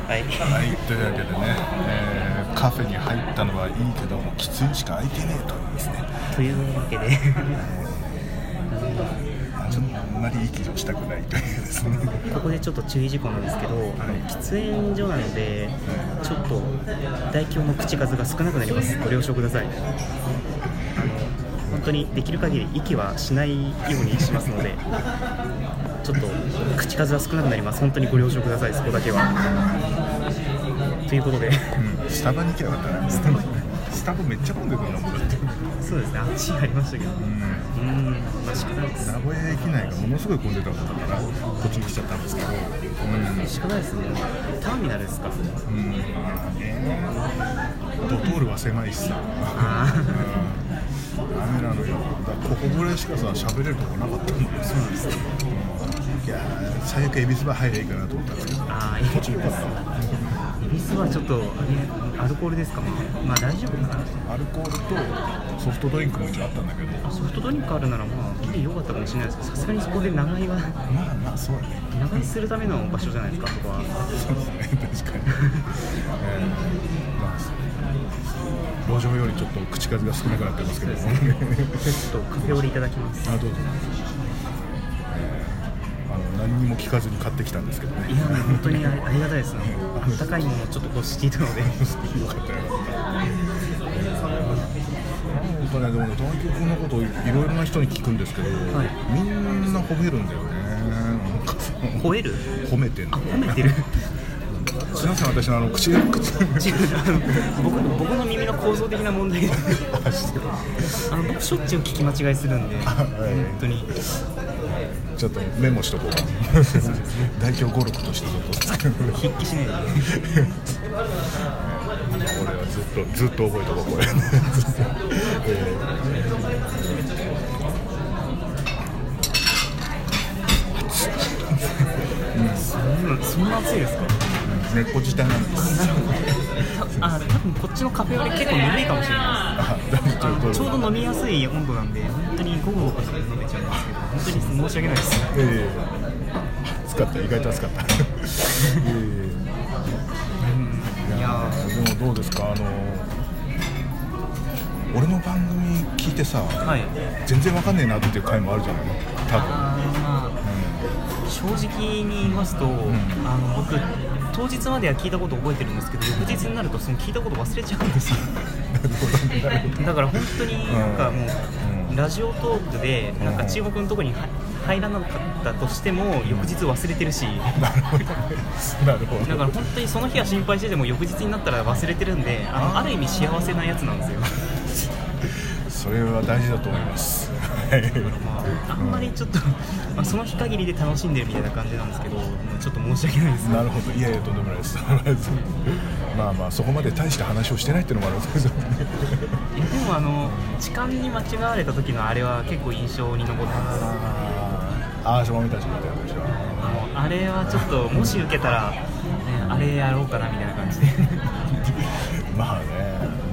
はい、 というわけでね、カフェに入ったのはいいけども喫煙しか空いてねえというですね。 というわけであんまり息をしたくないというですね。 ここでちょっと注意事項なんですけど、喫煙所なのでちょっと代表の口数が少なくなります。ご了承ください。本当にできる限り息はしないようにしますので、ちょっと口数は少なくなります。本当にご了承ください、そこだけは。ということで、 スタバに行きゃよかったね。スタバめっちゃ混んでくるのもだって。 そうですね、あっちにありましたけど、まあ仕方ないです。 名古屋駅内がものすごい混んでたからこっちに来ちゃったんですけど、 仕方ないですね。ターミナルですか。 ドトールは狭いしさ。ダメなのよ。だからここぐらいしかさ喋れるとこなかったんだよ。 そうなんですね。 いや最悪恵比寿バー入ればいいかなと思ったんですけど、こっちよかった。 恵比寿はちょっとアルコールですかね。まあ大丈夫かな。 アルコールとソフトドリンクも一応あったんだけど、 ソフトドリンクあるならまあギリ良かったかもしれないですけど、さすがにそこで長居はまあそうだね。 長居するための場所じゃないですか、そこは。 そうですね、確かに。路上よりちょっと口数が少なくなってますけど、ちょっとカフェオレいただきます。 どうぞ。何にも聞かずに買ってきたんですけどね。 いや本当にありがたいですね。あったかいものをちょっと欲していたのでよかったよ。本当ね、でもね、大輝君のことをいろいろな人に聞くんですけど、みんな褒めるんだよね。 褒める？ 褒めてる。 褒めてる。 すみません、私の口が僕の耳の構造的な問題で僕しょっちゅう聞き間違いするんで、本当にちょっとメモしとこうか。代表語録としてちょっと筆記しないで。 俺はずっと覚えとこうこれ。 そんな熱いですか？ 猫自体なんです。 多分こっちのカフェオレ結構ぬるいかもしれないです。ちょうど飲みやすい温度なんで、本当にゴクゴク飲めちゃうんですけど、本当に申し訳ないです。 暑かった、意外と暑かった。いやでもどうですか、俺の番組聞いてさ、全然わかんねえなっていう回もあるじゃないの、多分。 正直に言いますと、僕当日までは聞いたこと覚えてるんですけど、翌日になるとその聞いたこと忘れちゃうんですよ。だから本当になんかもう、ラジオトークでなんか中国のところに入らなかったとしても翌日忘れてるし、だから本当にその日は心配してても翌日になったら忘れてるんで、ある意味幸せなやつなんですよ。 それは大事だと思います。 あんまりちょっと、その日限りで楽しんでるみたいな感じなんですけど、ちょっと申し訳ないです。 なるほど、いやとんでもないです。まあそこまで大した話をしてないっていうのもあるんですけど。でも時間に間違われた時のあれは結構印象に残ってます。 しょぼみたちみたいな話は。 あれはちょっともし受けたら、あれやろうかなみたいな感じで。 まあね。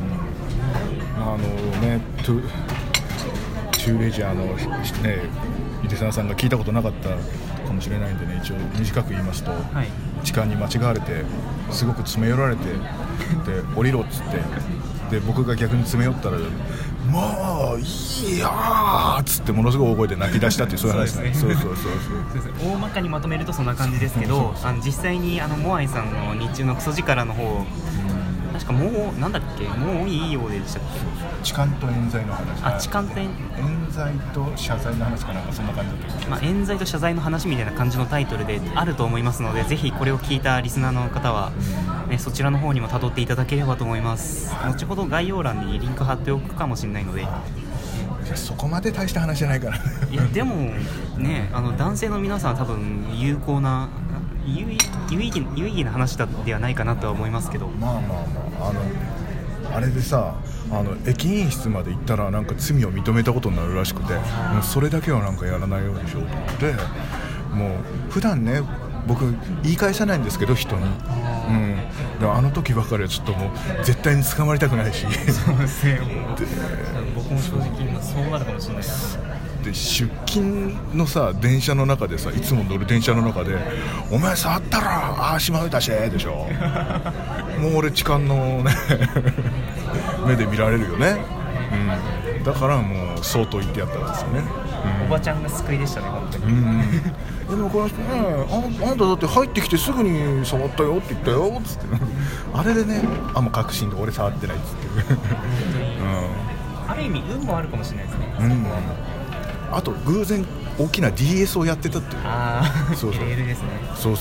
トゥーレジャーの井出さんが聞いたことなかったかもしれないんでね、一応短く言いますと、時間に間違われてすごく詰め寄られて、で降りろっつって、で僕が逆に詰め寄ったらもういいよーっつってものすごい大声で泣き出したっていう、そういう話ですね。 大まかにまとめるとそんな感じですけど、実際にモアイさんの日中のクソ力の方、確かもうなんだっけ、もういいようでしたっけ。 痴漢と冤罪の話。 痴漢と冤罪と謝罪の話かなんかそんな感じだった。 冤罪と謝罪の話みたいな感じのタイトルであると思いますので、ぜひこれを聞いたリスナーの方は、そちらの方にも辿っていただければと思います。後ほど概要欄にリンク貼っておくかもしれないので。 そこまで大した話じゃないから。 いやでもね、男性の皆さんは多分有効な有意義な話ではないかなとは思いますけど、 あれでさ、駅員室まで行ったらなんか罪を認めたことになるらしくて、もうそれだけはなんかやらないようにしようと思って、もう普段ね僕言い返さないんですけど人に、でも時ばかりはちょっともう絶対に捕まりたくないし。 そうですね。僕も正直今そうなるかもしれないです。 って出勤のさ電車の中でさ、いつも乗る電車の中でお前触ったら足前出してでしょもう俺痴漢のね目で見られるよね、だからもう相当言ってやったんですよね、 おばちゃんが救いでしたね本当に、 でもこの人ね、あなただって入ってきてすぐに触ったよって言ったよっつってあれでね、もう確信で俺触ってないっつってある意味運もあるかもしれないですね、 あと偶然大きな DS をやってたっていう、 そうそう LL ですね、 そう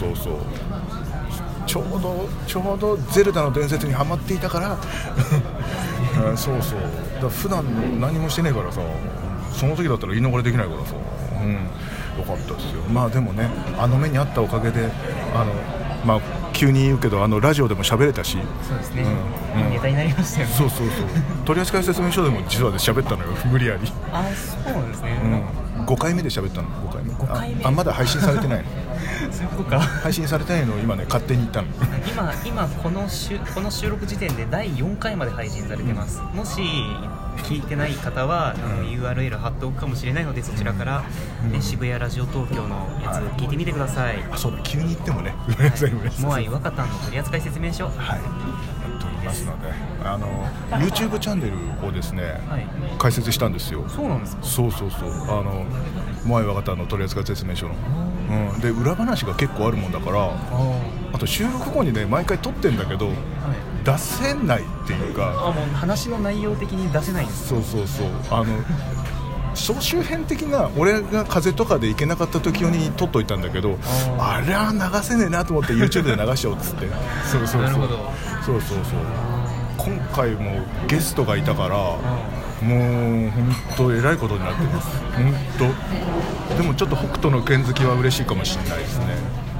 ちょうどゼルダの伝説にハマっていたからそうだから普段何もしてねえからさ、その時だったら言い逃れできないからさ、よかったですよ。まあでもね、あの目にあったおかげでまあ急に言うけどラジオでも喋れたし、 そうですね、いいネタになりましたよね。 そう取扱説明書でも実は喋ったのよ、無理やり。 そうなんですね、 5回目で喋ったの。5回目まだ配信されてないのそういうことか。 配信されてないのを今ね勝手に言ったの今この収録時点で第4回まで配信されてます、もし聞いてない方はURL 貼っておくかもしれないので、そちらから、渋谷ラジオ東京のやつ聞いてみてください。 そうだ、急に言ってもねモアイ若旦の取扱説明書、やっておりますので、YouTube チャンネルをですね、開設したんですよ。 そうなんですか。 そうモアイ若旦の取扱説明書の、で裏話が結構あるもんだから、あと収録後にね毎回撮ってんだけど、出せないっていうか、 もう話の内容的に出せないんですか。 そう総集編的な、俺が風邪とかで行けなかった時用に撮っといたんだけど、あれは流せねえなと思って YouTube で流しちゃおうっつってなるほど。 今回もゲストがいたから、もう本当えらいことになってます。本当でもちょっと北斗の拳好きは嬉しいかもしれないですね。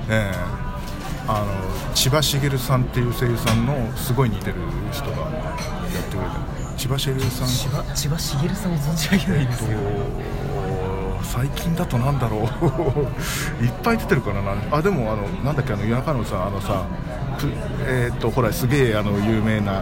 千葉茂さんっていう声優さんのすごい似てる人がやってくれてる。千葉茂さん、 千葉茂さんを存じ上げないですよ。 最近だとなんだろういっぱい出てるからな。でもなんだっけ、夜中のさほらすげえ有名な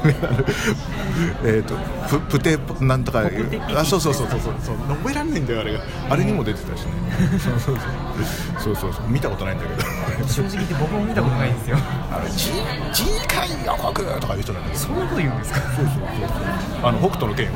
プテなんとか、そう覚えられないんだよ、あれにも出てたしねそう見たことないんだけど正直言って僕も見たことないんですよ。 次回予告とかいう人なんだけど、 そういうこと言うんですか。 そう北斗の拳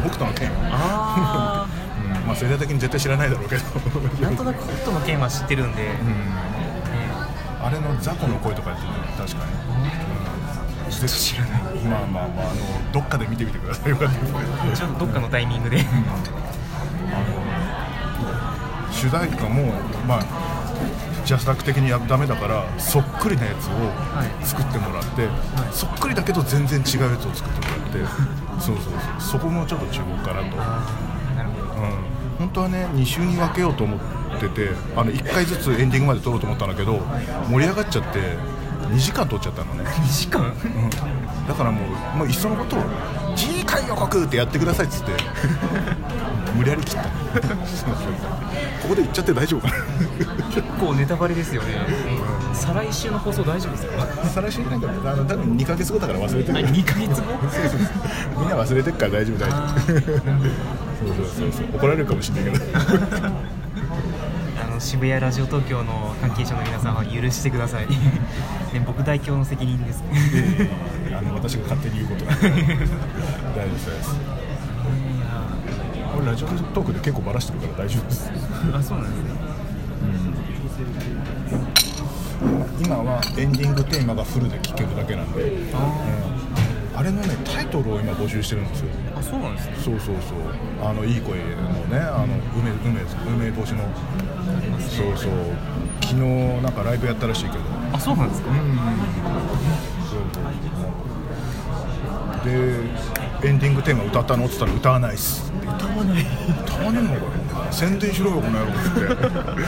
まあ世代的に絶対知らないだろうけどなんとなく北斗の拳は知ってるんで、 あれの雑魚の声とかやってるの確かに、 ちょっと知らない。 まあどっかで見てみてください。よかったです。 ちょっとどっかのタイミングで主題歌もジャスラック的にダメだからそっくりなやつを作ってもらって、そっくりだけど全然違うやつを作ってもらってそこもちょっと注目かなと。 なるほど。 本当はね2週に分けようと思ってて、1回ずつエンディングまで撮ろうと思ったんだけど、盛り上がっちゃって2時間撮っちゃったのね。 2時間、 だからもういっそのことを次回予告ってやってくださいっつって無理やり切ったここで言っちゃって大丈夫かな結構ネタバレですよね。再来週の放送大丈夫ですか。 再来週なんか多分2ヶ月後だから忘れてる。 2ヶ月後みんな忘れてるから大丈夫そう怒られるかもしれないけど渋谷ラジオ東京の関係者の皆さんは許してください僕代表の責任です私が勝手に言うことなんで大丈夫です俺ラジオトークで結構バラしてるから大丈夫ですそうなんですね、 今はエンディングテーマがフルで聴けるだけなんで、あれのねタイトルを今募集してるんですよ。 そうなんですね。 そういい声のね梅干しの昨日なんかライブやったらしいけど。 そうなんですか。 でエンディングテーマ歌ったのって言ったら歌わないっすって言った。歌わねえのかよ宣伝しろよこの野郎って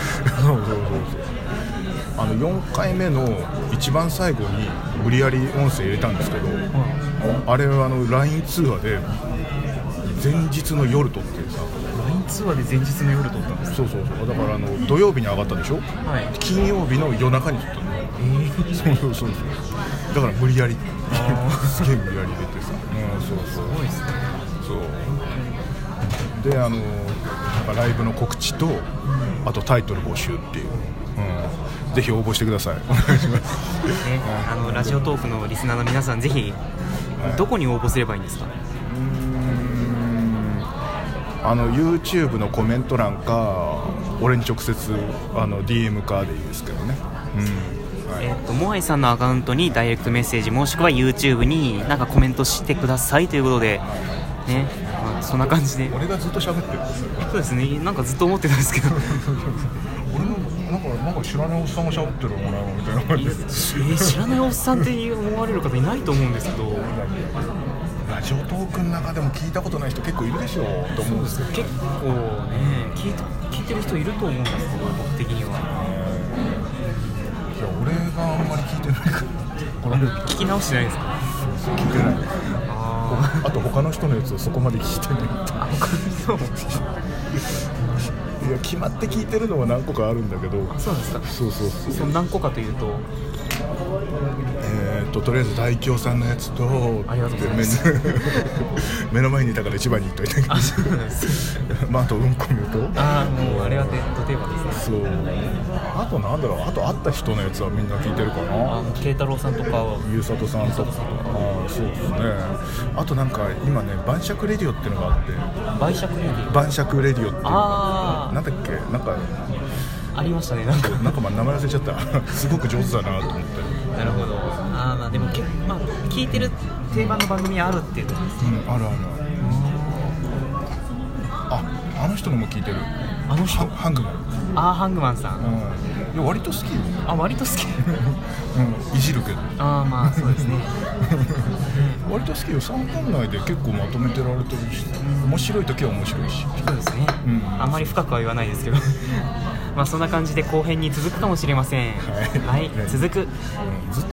4回目の一番最後に無理やり音声入れたんですけど、あれはLINE 通話で前日の夜撮ってさ。 LINE 通話で前日の夜撮ったんですか。 そうだから土曜日に上がったでしょ、金曜日の夜中に撮ったの。そうだから無理やりすげえ無理やり入れてさ、 すごいっすね。 でなんかライブの告知と、あとタイトル募集っていう、ぜひ応募してください。お願いします、 ラジオトークのリスナーの皆さん、ぜひどこに応募すればいいんですか？ YouTube のコメント欄か俺に直接DM かでいいですけどね。 モアイさんのアカウントにダイレクトメッセージ、もしくは YouTube になんかコメントしてくださいということでね、そんな感じで。 俺がずっと喋ってるんですよ。 そうですね、なんかずっと思ってたんですけど俺もなんか知らないおっさんが喋ってるのかなみたいな感じで、 知らないおっさんって思われる方いないと思うんですけど、 ラジオトークの中でも聞いたことない人結構いるでしょうと思うんですけど、 結構ね聞いてる人いると思うんですけど、僕的には。 いや俺があんまり聞いてないからこの聞き直してないですか？ 聞いてない。あと他の人のやつをそこまで聞いてない。 他の人もいや決まって聞いてるのは何個かあるんだけど。 そうですか。 そうその何個かというと、 とりあえず大京さんのやつと、 ありがとうございます目の前にいたから一番に言っといたけど、まああとうんこみと、 もうあれはド定番ですね。 そう。あとなんだろう、あと会った人のやつはみんな聞いてるかな。 慶太郎さんとかゆうさとさんとか。そうですね。あとなんか今ね、晩酌レディオっていうのがあって。 晩酌レディオ。 晩酌レディオっていうのがなんだっけ、なんかありましたね。なんか名前忘れちゃった。すごく上手だなと思って。 なるほど。でも聞いてる定番の番組あるっていうことですね。 ある。あの人のも聞いてる。 あの人？ ハングマン。 ハングマンさん。 いや割と好きよ。 割と好き。 いじるけど。 まあそうですね。 割と好きよ。3分内で結構まとめてられてるし、面白い時は面白いし。 そうですね。あんまり深くは言わないですけど。そんな感じで後編に続くかもしれません。はい、続く。